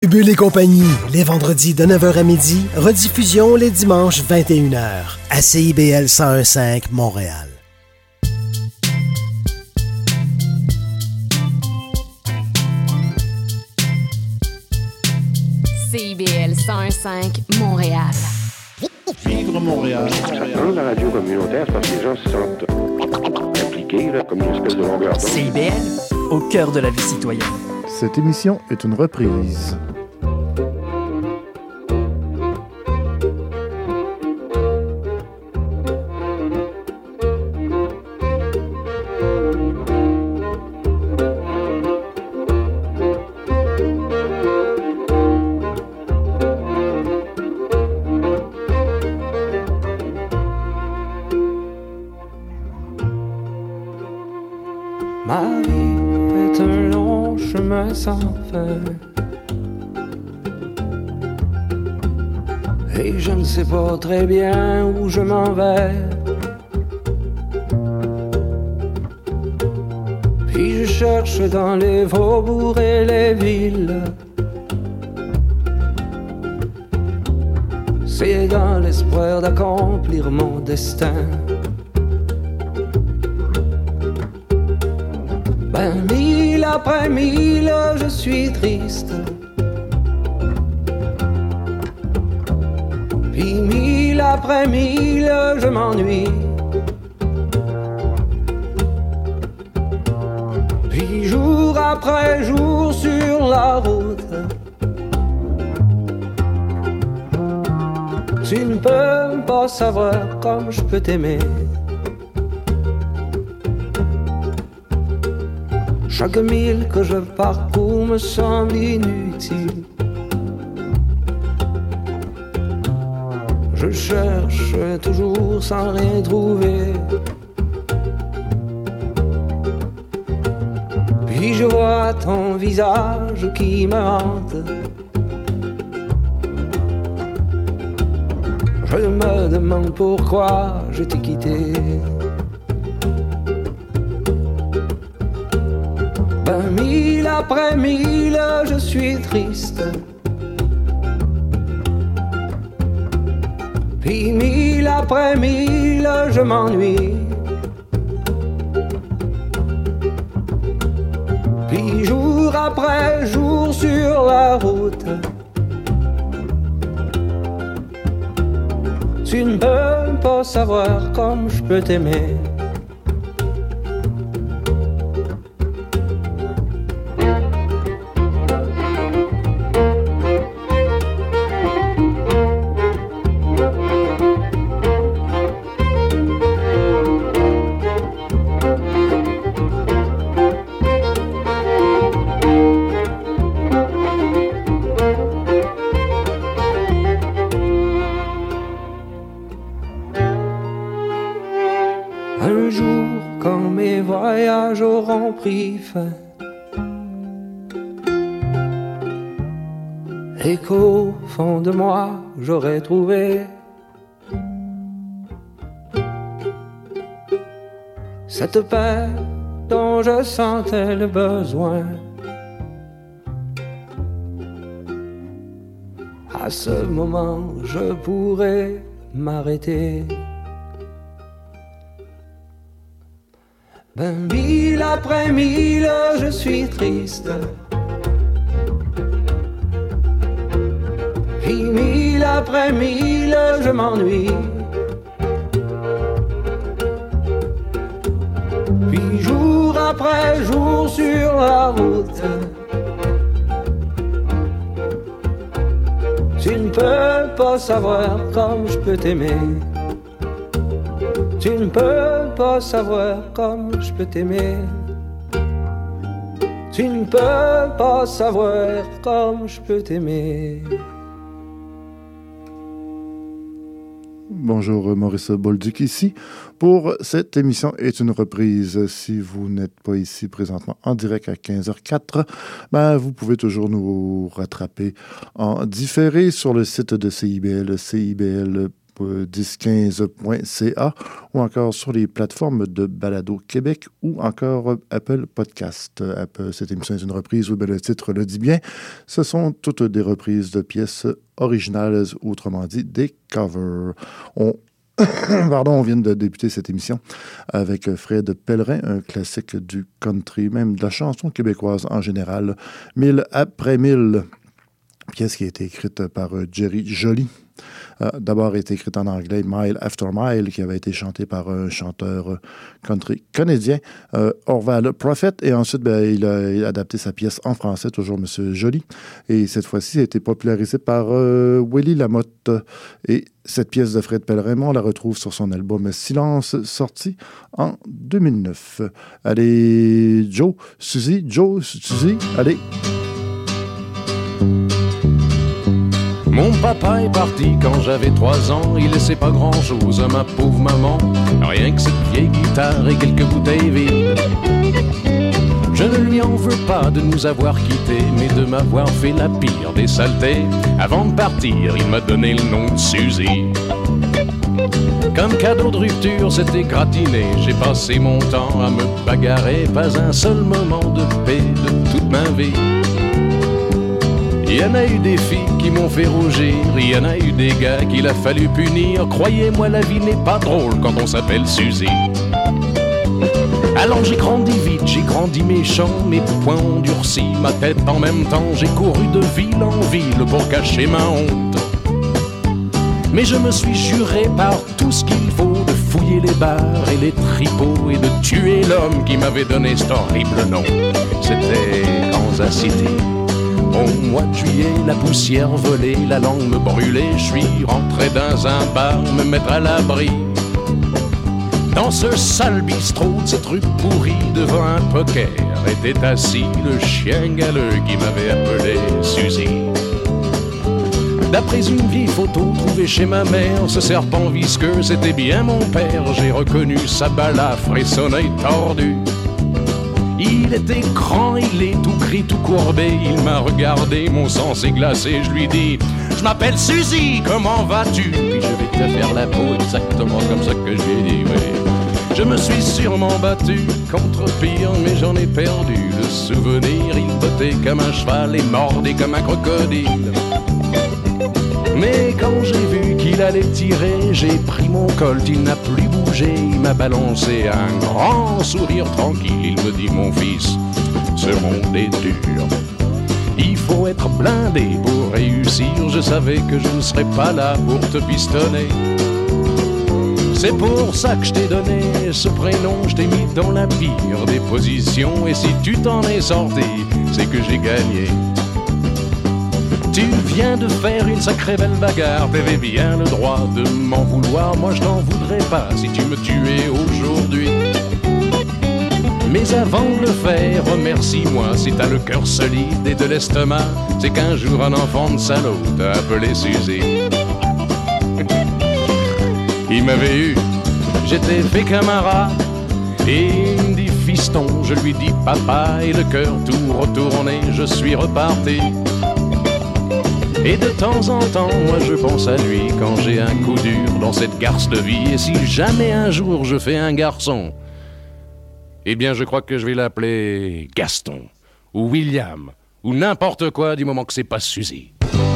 Bulle et compagnie, les vendredis de 9h à midi, rediffusion les dimanches 21h, à CIBL 101.5 Montréal. CIBL 101.5 Montréal. Vivre Montréal. Dans la radio communautaire, c'est parce que les gens se sentent impliqués, là, comme une espèce de longueur d'onde. CIBL, au cœur de la vie citoyenne. Cette émission est une reprise. Ma vie est un long chemin sans fin, et je ne sais pas très bien où je m'en vais. Puis je cherche dans les faubourgs et les villes, c'est dans l'espoir d'accomplir mon destin. Mille après mille, je suis triste. Puis mille après mille, je m'ennuie. Puis jour après jour sur la route, tu ne peux pas savoir comme je peux t'aimer. Chaque mille que je parcours me semble inutile. Je cherche toujours sans rien trouver. Puis je vois ton visage qui me hante. Je me demande pourquoi je t'ai quitté. Mille après mille, je suis triste. Puis mille après mille, je m'ennuie. Puis jour après jour sur la route, tu ne peux pas savoir comme je peux t'aimer. Un jour, quand mes voyages auront pris fin, et qu'au fond de moi, j'aurai trouvé cette paix dont je sentais le besoin. À ce moment, je pourrai m'arrêter. Mille après mille, je suis triste. Puis mille après mille, je m'ennuie. Puis jour après jour sur la route, tu ne peux pas savoir comme je peux t'aimer. Tu ne peux pas savoir comme je peux t'aimer. Tu ne peux pas savoir comme je peux t'aimer. Bonjour, Maurice Bolduc ici. Pour cette émission est une reprise. Si vous n'êtes pas ici présentement en direct à 15h04, vous pouvez toujours nous rattraper en différé sur le site de CIBL, CIBL.ca. top1015.ca ou encore sur les plateformes de Balado Québec ou encore Apple Podcast. Cette émission est une reprise, oui, ben le titre le dit bien. Ce sont toutes des reprises de pièces originales, autrement dit des covers. On vient de débuter cette émission avec Fred Pellerin, un classique du country, même de la chanson québécoise en général, 1000 après 1000, pièce qui a été écrite par Jerry Joly. D'abord été écrite en anglais, Mile After Mile, qui avait été chantée par un chanteur country canadien, Orval Prophet, et ensuite il a adapté sa pièce en français, toujours M. Joly, et cette fois-ci, ça a été popularisé par Willie Lamotte, et cette pièce de Fred Pellerin, on la retrouve sur son album Silence, sorti en 2009. Allez, Suzy, allez. Mon papa est parti quand j'avais 3 ans, il laissait pas grand-chose à ma pauvre maman, rien que cette vieille guitare et quelques bouteilles vides. Je ne lui en veux pas de nous avoir quittés, mais de m'avoir fait la pire des saletés. Avant de partir, il m'a donné le nom de Suzy. Comme cadeau de rupture, c'était gratiné. J'ai passé mon temps à me bagarrer, pas un seul moment de paix de toute ma vie. Il y en a eu des filles qui m'ont fait rougir, il y en a eu des gars qu'il a fallu punir. Croyez-moi, la vie n'est pas drôle quand on s'appelle Suzy. Alors j'ai grandi vite, j'ai grandi méchant, mes poings ont durci ma tête en même temps. J'ai couru de ville en ville pour cacher ma honte. Mais je me suis juré par tout ce qu'il faut de fouiller les bars et les tripots et de tuer l'homme qui m'avait donné cet horrible nom. C'était Kansas City. Au mois de juillet, la poussière volait, la langue me brûlait. Je suis rentré dans un bar, me mettre à l'abri. Dans ce sale bistrot de cette rue pourrie, devant un poker, était assis le chien galeux qui m'avait appelé Suzy. D'après une vieille photo trouvée chez ma mère, ce serpent visqueux, c'était bien mon père. J'ai reconnu sa balafre et son œil tordu. Il était grand, il est tout gris, tout courbé. Il m'a regardé, mon sang s'est glacé. Je lui dis, je m'appelle Suzy, comment vas-tu? Puis je vais te faire la peau exactement comme ça que je lui ai dit, oui. Je me suis sûrement battu contre pire, mais j'en ai perdu le souvenir. Il bottait comme un cheval et mordait comme un crocodile. Mais quand j'ai vu qu'il allait tirer, j'ai pris mon colt, il n'a plus bougé. Il m'a balancé un grand sourire tranquille. Il me dit, mon fils, ce monde est dur. Il faut être blindé pour réussir. Je savais que je ne serais pas là pour te pistonner. C'est pour ça que je t'ai donné ce prénom. Je t'ai mis dans la pire des positions. Et si tu t'en es sorti, c'est que j'ai gagné. Tu viens de faire une sacrée belle bagarre. T'avais bien le droit de m'en vouloir. Moi je t'en voudrais pas si tu me tuais aujourd'hui. Mais avant de le faire, remercie-moi. Si t'as le cœur solide et de l'estomac, c'est qu'un jour un enfant de salaud t'a appelé Suzy. Il m'avait eu, j'étais fait comme un rat. Et il me dit fiston, je lui dis papa. Et le cœur tout retourné, je suis reparti. Et de temps en temps, moi je pense à lui quand j'ai un coup dur dans cette garce de vie. Et si jamais un jour je fais un garçon, eh bien je crois que je vais l'appeler Gaston, ou William, ou n'importe quoi du moment que c'est pas Suzy.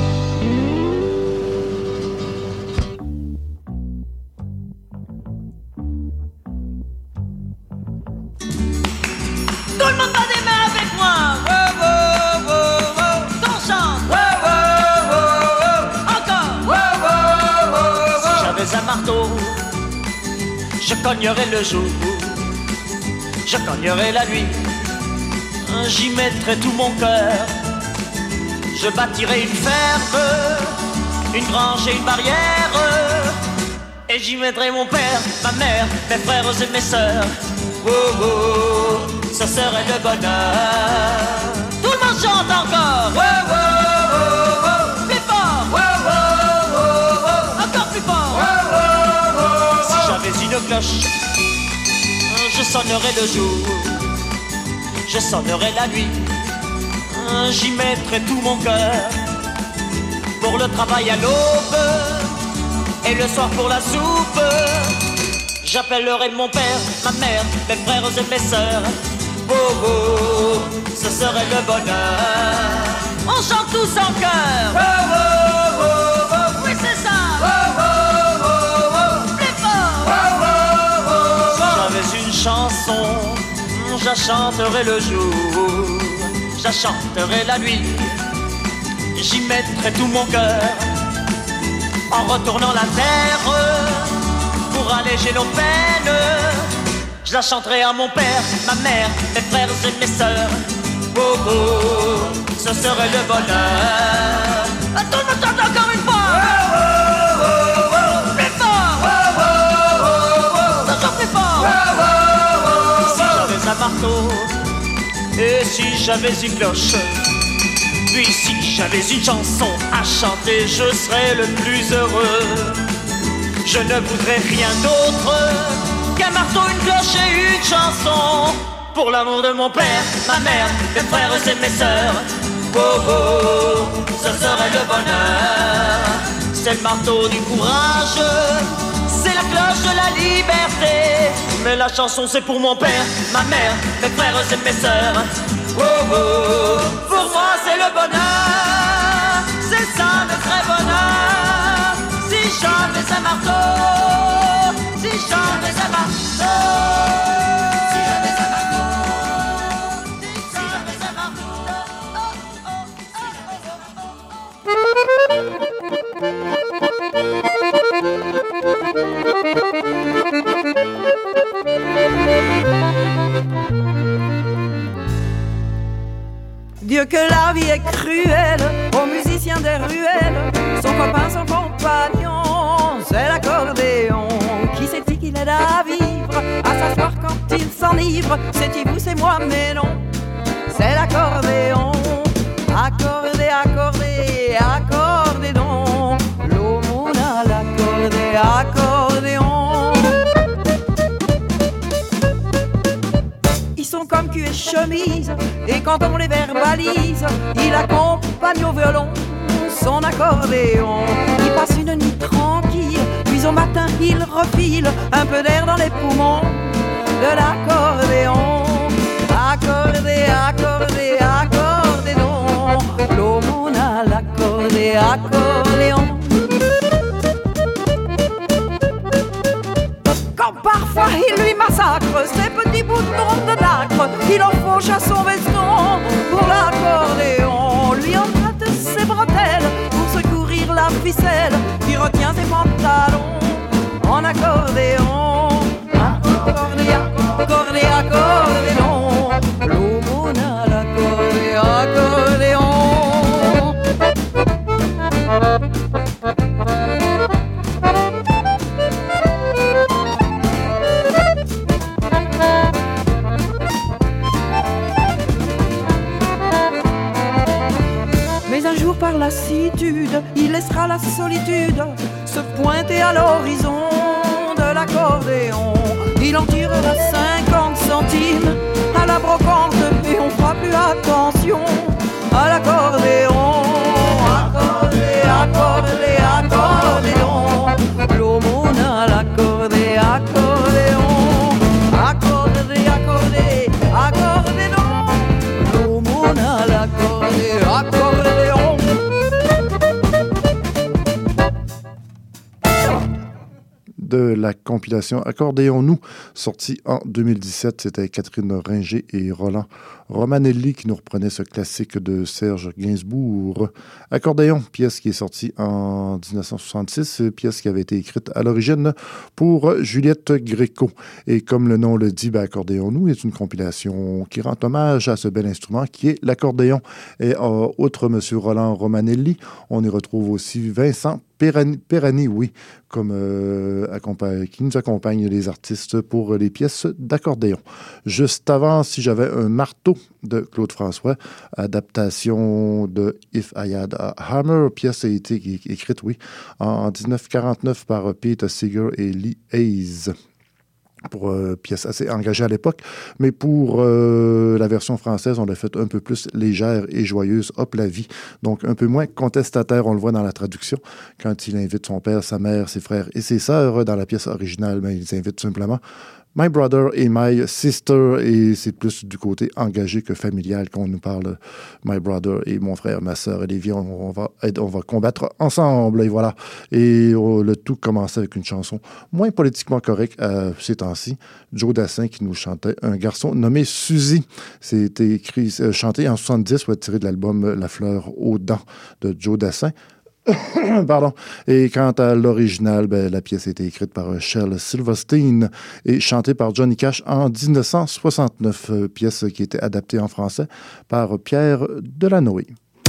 Tout le monde bat des mains avec moi. Wow, wow, wow, wow. T'en chantes. Wow, wow, wow, wow. Encore. Wow, wow, wow, wow. Si j'avais un marteau, je cognerais le jour, je cognerais la nuit, j'y mettrais tout mon cœur. Je bâtirais une ferme, une grange et une barrière, et j'y mettrais mon père, ma mère, mes frères et mes sœurs. Oh, oh, ça serait le bonheur. Tout le monde chante encore. Oh, oh, oh, oh. Plus fort. Oh, oh, oh, oh. Encore plus fort. Oh, oh, oh. Si j'avais une cloche, je sonnerais le jour, je sonnerais la nuit, j'y mettrais tout mon cœur. Pour le travail à l'aube, et le soir pour la soupe, j'appellerai mon père, ma mère, mes frères et mes sœurs. Oh oh, ce serait le bonheur. On chante tous en chœur. Oh oh oh oh, oui c'est ça. Oh oh oh oh, plus fort. Oh oh oh, si j'avais une chanson, je la chanterai le jour, je la chanterai la nuit, j'y mettrai tout mon cœur. En retournant la terre, pour alléger nos peines, je la chanterai à mon père, ma mère, mes frères et mes sœurs. Oh oh, ce serait le bonheur. Tout le monde chante encore une fois. Oh oh oh oh, plus fort. Oh oh oh oh, toujours plus fort. Oh oh oh, si j'avais un marteau, et si j'avais une cloche, puis si j'avais une chanson à chanter, je serais le plus heureux. Je ne voudrais rien d'autre qu'un marteau, une cloche et une chanson. Pour l'amour de mon père, ma mère, mes frères et mes sœurs. Oh oh, ce serait le bonheur. C'est le marteau du courage, c'est la cloche de la liberté. Mais la chanson c'est pour mon père, ma mère, mes frères et mes sœurs. Oh oh, pour moi c'est le bonheur. C'est ça le vrai bonheur. Si j'avais un marteau, si j'avais un marteau. Dieu que la vie est cruelle, aux musiciens des ruelles, son copain, son compagnon, c'est l'accordéon. Qui sait-il qu'il aide à vivre, à s'asseoir quand il s'enivre? C'est-il vous, c'est moi, mais non, c'est l'accordéon. Accordé, accordé, accordé donc, l'aumône à l'accordé, accordéon. Ils sont comme cul et chemise, et quand on les verbalise, il accompagne au violon son accordéon. Il passe une nuit tranquille, puis au matin il refile un peu d'air dans les poumons de l'accordéon. Accordé, accordé, accordé donc, l'aumône à l'accordé, accordéon. Quand parfois il lui massacre ces petits boutons de nacre, il en fauche à son veston pour l'accordéon. Lui emprunte ses bretelles pour secourir la ficelle qui retient ses pantalons en accordéon. Accordé, accordé, accordéon, l'aumône à l'accordé, accordéon. Mais un jour par lassitude, il laissera la solitude se pointer à l'horizon de l'accordéon. Il en tirera 50 centimes à la brocante, et on fera plus attention à l'accordéon. Accordé, accordé, accordéon, l'aumône à l'accordé, accordéon. Accordé, accordé, accordéon, l'aumône à l'accordé, accordéon. De la compilation Accordéons-nous, sortie en 2017. C'était Catherine Ringer et Roland Romanelli qui nous reprenaient ce classique de Serge Gainsbourg. Accordéon, pièce qui est sortie en 1966, pièce qui avait été écrite à l'origine pour Juliette Gréco. Et comme le nom le dit, Accordéons-nous est une compilation qui rend hommage à ce bel instrument qui est l'accordéon. Et outre M. Roland Romanelli, on y retrouve aussi Vincent Perani, oui, comme qui nous accompagne les artistes pour les pièces d'accordéon. Juste avant, Si j'avais un marteau de Claude François, adaptation de If I Had a Hammer, pièce a été écrite, oui, en 1949 par Peter Seeger et Lee Hayes. pour pièce assez engagée à l'époque. Mais pour la version française, on l'a fait un peu plus légère et joyeuse. Hop, la vie. Donc, un peu moins contestataire, on le voit dans la traduction. Quand il invite son père, sa mère, ses frères et ses sœurs, dans la pièce originale, ben, il les invite simplement My Brother et My Sister, et c'est plus du côté engagé que familial qu'on nous parle. My Brother et mon frère, ma sœur et Lévi, on va combattre ensemble, et voilà. Et le tout commençait avec une chanson moins politiquement correcte ces temps-ci. Joe Dassin qui nous chantait Un garçon nommé Suzy. C'était chanté en 70, tiré de l'album La fleur aux dents de Joe Dassin. Pardon. Et quant à l'original, ben, la pièce a été écrite par Shel Silverstein et chantée par Johnny Cash en 1969, pièce qui était adaptée en français par Pierre Delanoë.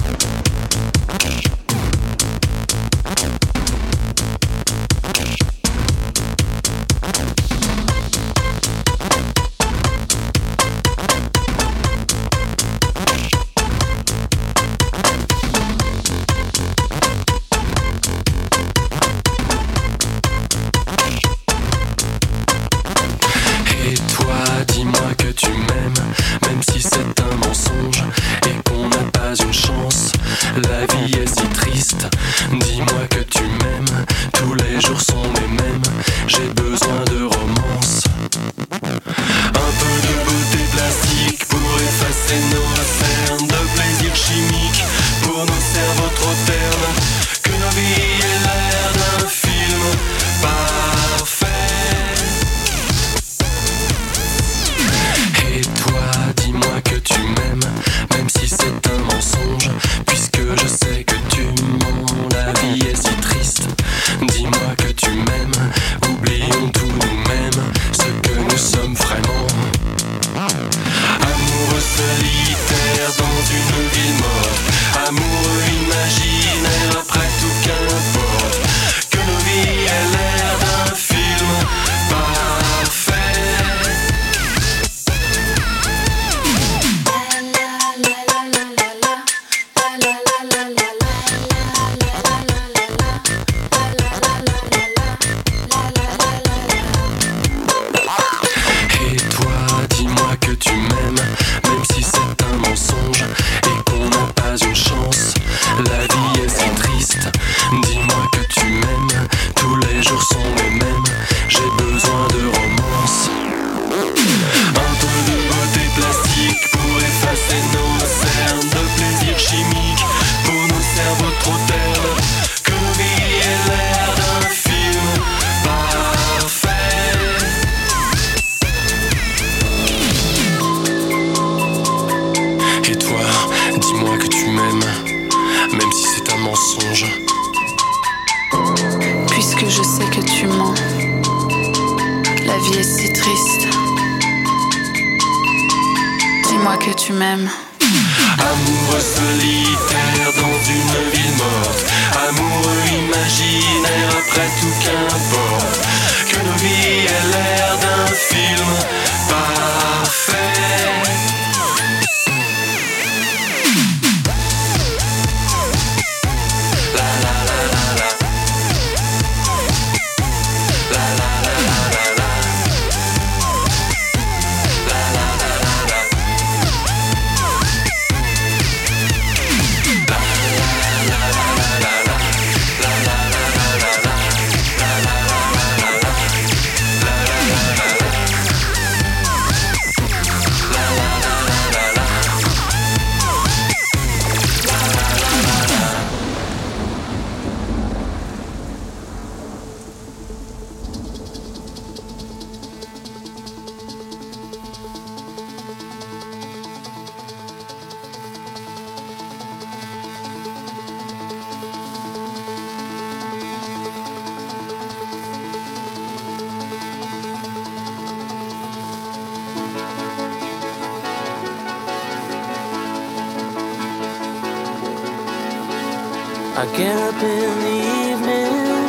I get up in the evening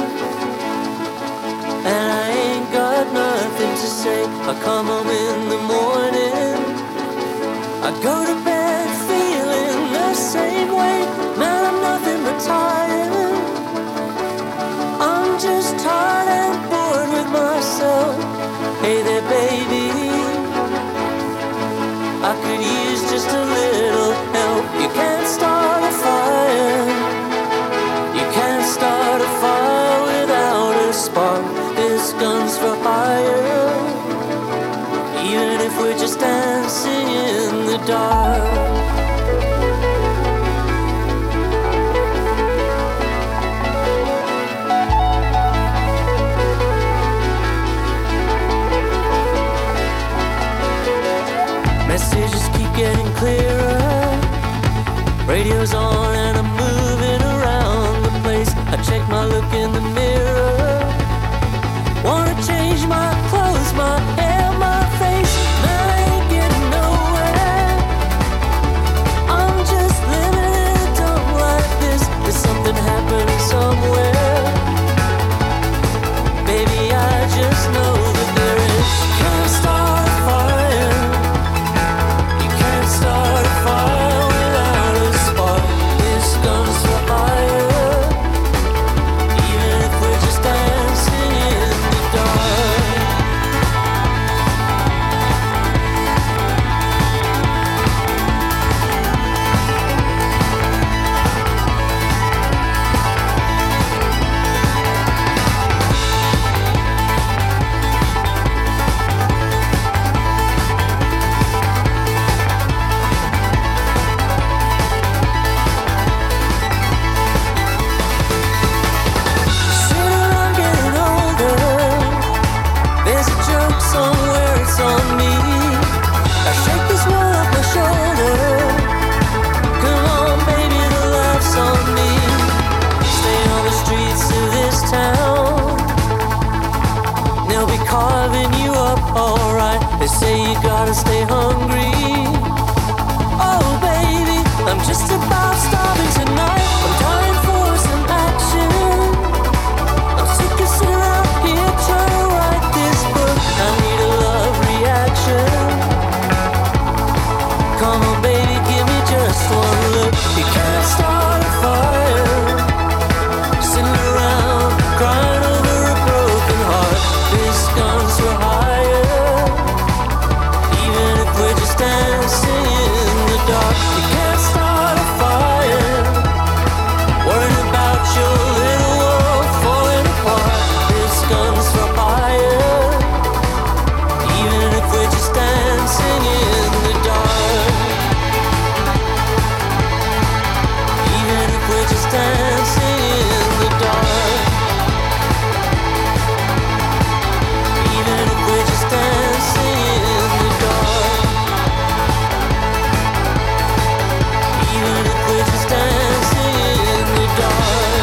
and I ain't got nothing to say. I come home in the morning, I go to bed feeling the same way. Man, I'm nothing but tired. I'm just tired and bored with myself. Hey there, say you gotta stay hungry. Oh baby, I'm just about starving tonight. I'm dying for some action. I'm sick of sitting out here trying to write this book. I need a love reaction. Come on baby, give me just one look. You can't start a fire sitting around crying over a broken heart. This guns for hire, even if we're just dancing in the dark. You can't start a fire worrying about your little world falling apart. This guns for hire, even if we're just dancing in the dark. Even if we're just dancing in the dark. Even if we're just dancing in the dark. Even if we're just dancing in the dark.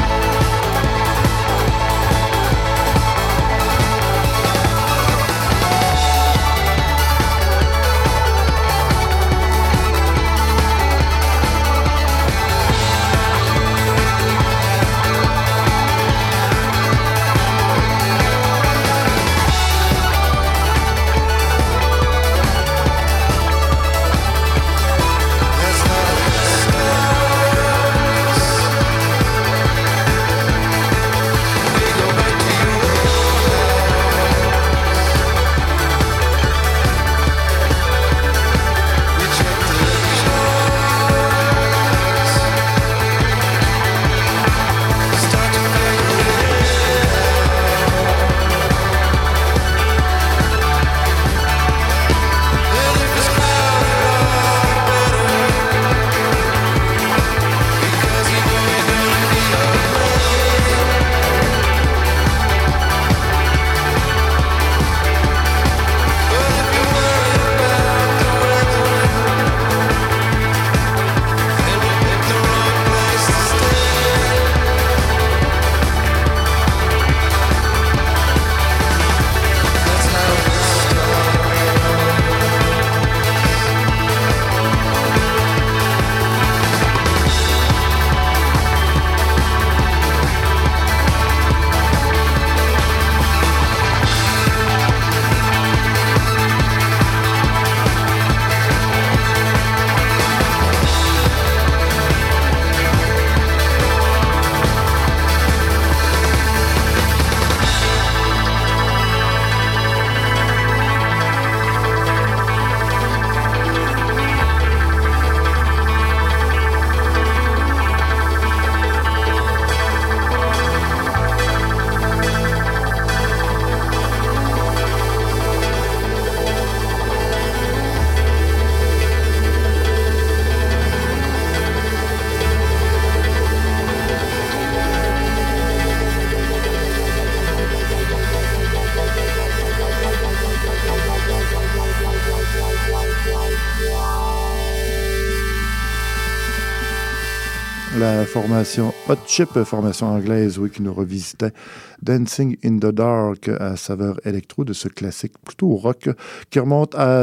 La formation Hot Chip, formation anglaise, oui, qui nous revisitait Dancing in the Dark à saveur électro de ce classique plutôt rock qui remonte à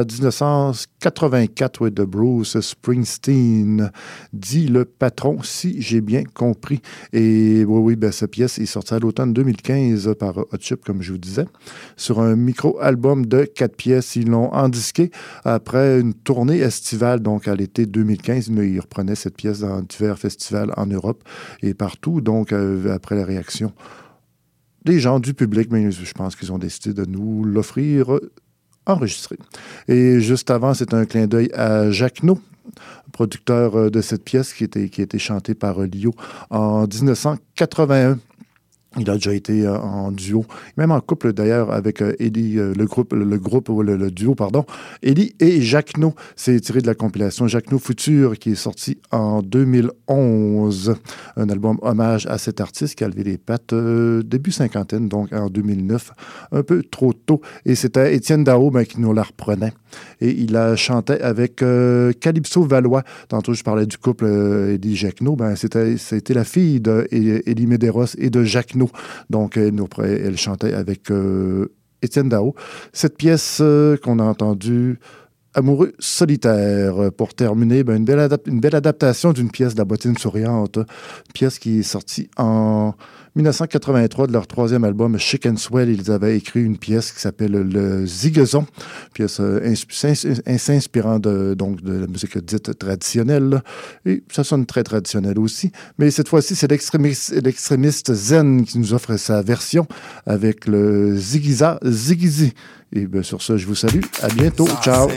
1984, oui, de Bruce Springsteen, dit le patron, si j'ai bien compris. Et oui, ben, cette pièce est sortie à l'automne 2015 par Hot Chip, comme je vous disais, sur un micro-album de 4 pièces. Ils l'ont endisqué après une tournée estivale, donc à l'été 2015. Ils reprenaient cette pièce dans divers festivals en Europe et partout, donc après la réaction des gens, du public, mais je pense qu'ils ont décidé de nous l'offrir enregistré. Et juste avant, c'est un clin d'œil à Jacquenot, producteur de cette pièce qui a été chantée par Lio en 1981. Il a déjà été en duo, même en couple d'ailleurs avec Eddie, le duo, Eddie et Jacquenot. C'est tiré de la compilation Jacquenot Futur qui est sorti en 2011. Un album hommage à cet artiste qui a levé les pattes début cinquantaine, donc en 2009, un peu trop tôt. Et c'était Étienne Dao qui nous la reprenait. Et il la chantait avec Calypso Valois. Tantôt, je parlais du couple Eddie Jacquenot. C'était la fille d'Elie Medeiros et de Jacquenot. Donc, elle chantait avec Étienne Dao. Cette pièce qu'on a entendue, Amoureux solitaire. Pour terminer, une belle adaptation d'une pièce de La Bottine souriante, une pièce qui est sortie en 1983 de leur troisième album Chic and Swell. Ils avaient écrit une pièce qui s'appelle Le Zigazon, pièce s'inspirant de la musique dite traditionnelle, et ça sonne très traditionnel aussi. Mais cette fois-ci, c'est l'extrémiste Zen qui nous offre sa version avec le Zigiza Zigizi. Et bien sur ce, je vous salue. À bientôt. Ciao.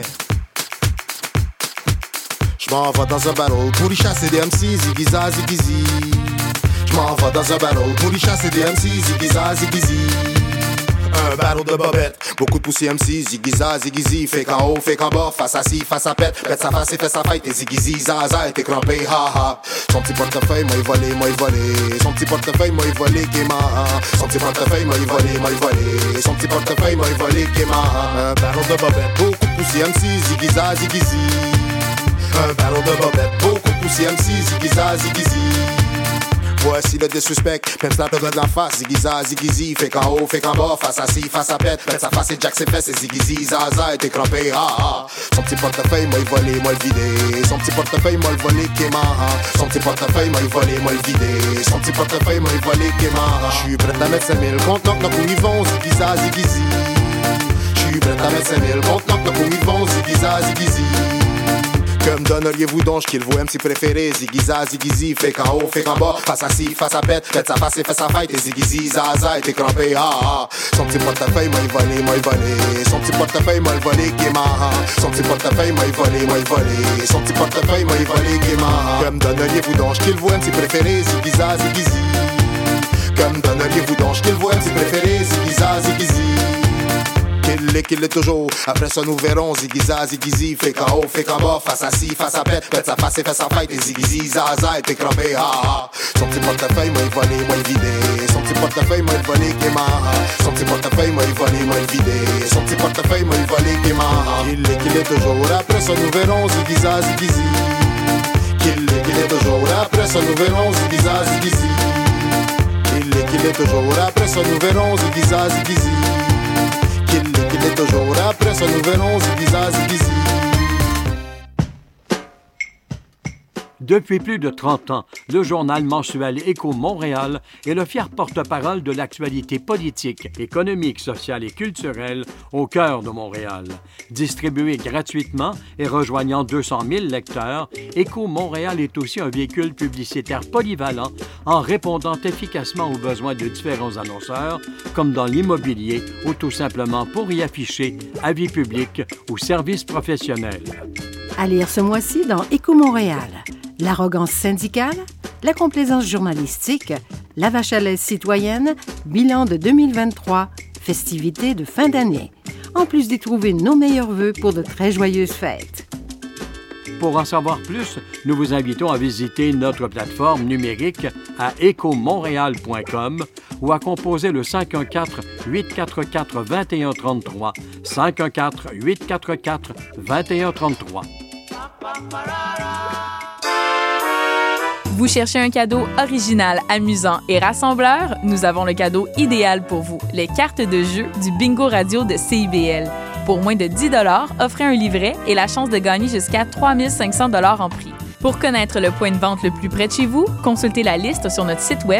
Je m'en vais dans un battle pour y chasser des MC, Zigiza Zigizi. Je m'en vais dans un battle pour y chasser des MC, Zigiza Zigizi. Un battle de bobette, beaucoup de poussées MC, Zigiza Zigizi. Fait qu'en haut, fait qu'en bas, face à ci, face à pète, pète sa face et fait sa fête. Et Zigizi Zaza était crampé, ha ha. Son petit portefeuille m'a volé. Son petit portefeuille m'a volé, Kéma. Son petit portefeuille m'a volé. Son petit portefeuille m'a volé, Kéma. Un battle de bobette, beaucoup de poussées MC, Zigiza Zigizi. Un battle de bobette, beaucoup de poussées MC, Zigiza Zigizi. Voici le disrespect, même snap de la face, Zigiza Zigizi. Fait qu'en haut, fait qu'en bas, face à ci, face à pète, pète sa face et Jack ses fesses. Et Zigizi Zaza était crampé, ha ha. Son petit portefeuille m'a volé, m'a le vidé. Son petit portefeuille m'a volé, Kéma. Son petit portefeuille m'a volé, m'a le vidé. Son petit portefeuille m'a volé, Kéma. J'suis prêt à mettre 5000 contre knock où ils vont, Zigiza Zigizi. J'suis prêt à mettre 5000 contre knock où ils vont, Zigiza Zigizi. Que me donneriez-vous donc, qu'il vous MC préféré, Zigiza Zigizi. Fait qu'en haut, fait qu'en bas, face à ci, face à pète, pète sa face et fait sa fête. Et Zigizi Zaza était crampé, ha ha. Son petit portefeuille m'a volé. Son petit portefeuille m'a volé, Kéma. Son petit portefeuille m'a volé. Son petit portefeuille m'a volé, Kéma. Que me donneriez-vous donc, qu'il vous MC préféré, Zigiza Zigizi. Que me donneriez-vous donc, qu'il vous MC préféré, Zigiza Zigizi. Qu'il est toujours, après ça nous verrons, Zigiza Zigizi. Fait qu'en haut, fait qu'en bas, face à ci, face à pète, pète sa face et fait sa fête. Et Zigizi Zaza était crampé, ha ha. Son petit portefeuille m'a volé, m'a vidé. Son petit portefeuille m'a volé, Kéma. Son petit portefeuille m'a volé, m'a vidé. Son petit portefeuille m'a volé, Kéma. Qu'il est toujours, après ça nous verrons, Zigiza Zigizi. Qu'il est toujours, après ça nous verrons, Zigiza Zigizi. Qu'il est toujours, après ça nous verrons, Zigiza Zigizi. Qu'il est toujours après ça nous verrons, Zigiza Zigizi. Depuis plus de 30 ans, le journal mensuel Écho Montréal est le fier porte-parole de l'actualité politique, économique, sociale et culturelle au cœur de Montréal. Distribué gratuitement et rejoignant 200 000 lecteurs, Écho Montréal est aussi un véhicule publicitaire polyvalent en répondant efficacement aux besoins de différents annonceurs, comme dans l'immobilier ou tout simplement pour y afficher avis publics ou services professionnels. À lire ce mois-ci dans Écho Montréal. L'arrogance syndicale, la complaisance journalistique, la vache à lait citoyenne, bilan de 2023, festivités de fin d'année. En plus d'y trouver nos meilleurs vœux pour de très joyeuses fêtes. Pour en savoir plus, nous vous invitons à visiter notre plateforme numérique à ecomontréal.com ou à composer le 514-844-2133, 514-844-2133. Vous cherchez un cadeau original, amusant et rassembleur? Nous avons le cadeau idéal pour vous, les cartes de jeu du Bingo Radio de CIBL. Pour moins de 10 $, offrez un livret et la chance de gagner jusqu'à 3 500 $ en prix. Pour connaître le point de vente le plus près de chez vous, consultez la liste sur notre site web